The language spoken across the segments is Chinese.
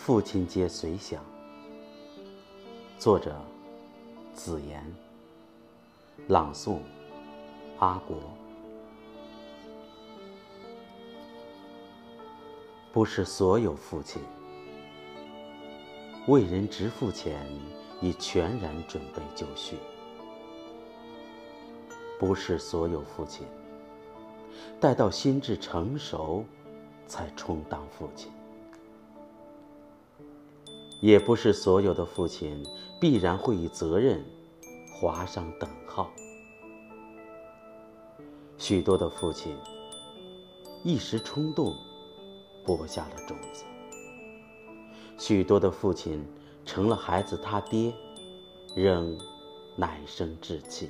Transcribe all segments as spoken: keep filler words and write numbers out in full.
父亲节随想，作者子言，朗诵阿国。不是所有父亲为人植父前已全然准备就绪，不是所有父亲待到心智成熟才充当父亲，也不是所有的父亲必然会以责任划上等号。许多的父亲一时冲动播下了种子，许多的父亲成了孩子他爹，仍乃生稚气。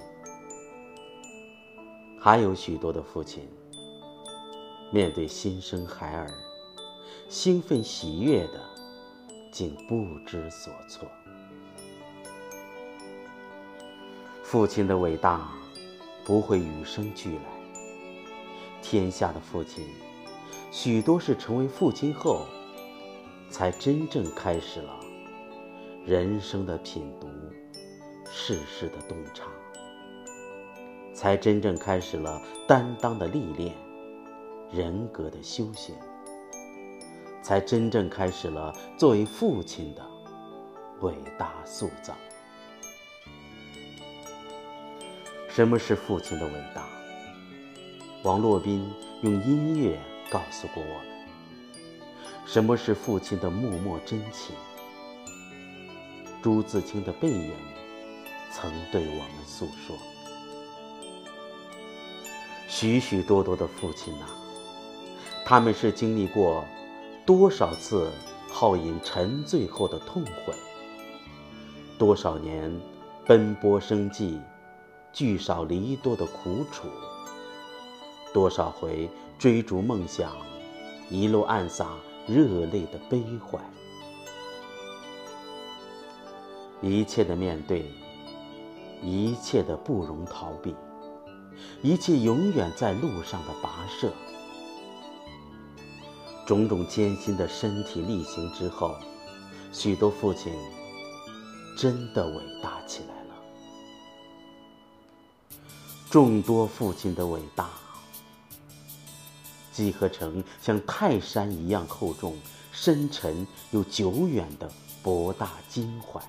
还有许多的父亲面对新生孩儿，兴奋喜悦的竟不知所措。父亲的伟大不会与生俱来，天下的父亲许多是成为父亲后才真正开始了人生的品读，世事的洞察，才真正开始了担当的历练，人格的修行，才真正开始了作为父亲的伟大塑造。什么是父亲的伟大？王洛宾用音乐告诉过我们，什么是父亲的默默真情。朱自清的背影曾对我们诉说，许许多多的父亲啊，他们是经历过多少次好饮沉醉后的痛悔，多少年奔波生计聚少离多的苦楚，多少回追逐梦想一路暗洒热泪的悲怀。一切的面对，一切的不容逃避，一切永远在路上的跋涉，种种艰辛的身体力行之后，许多父亲真的伟大起来了。众多父亲的伟大集合成像泰山一样厚重、深沉又久远的博大襟怀。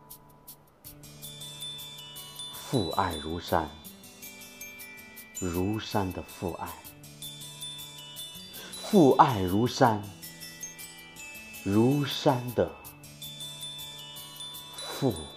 父爱如山，如山的父爱；父爱如山，如山的父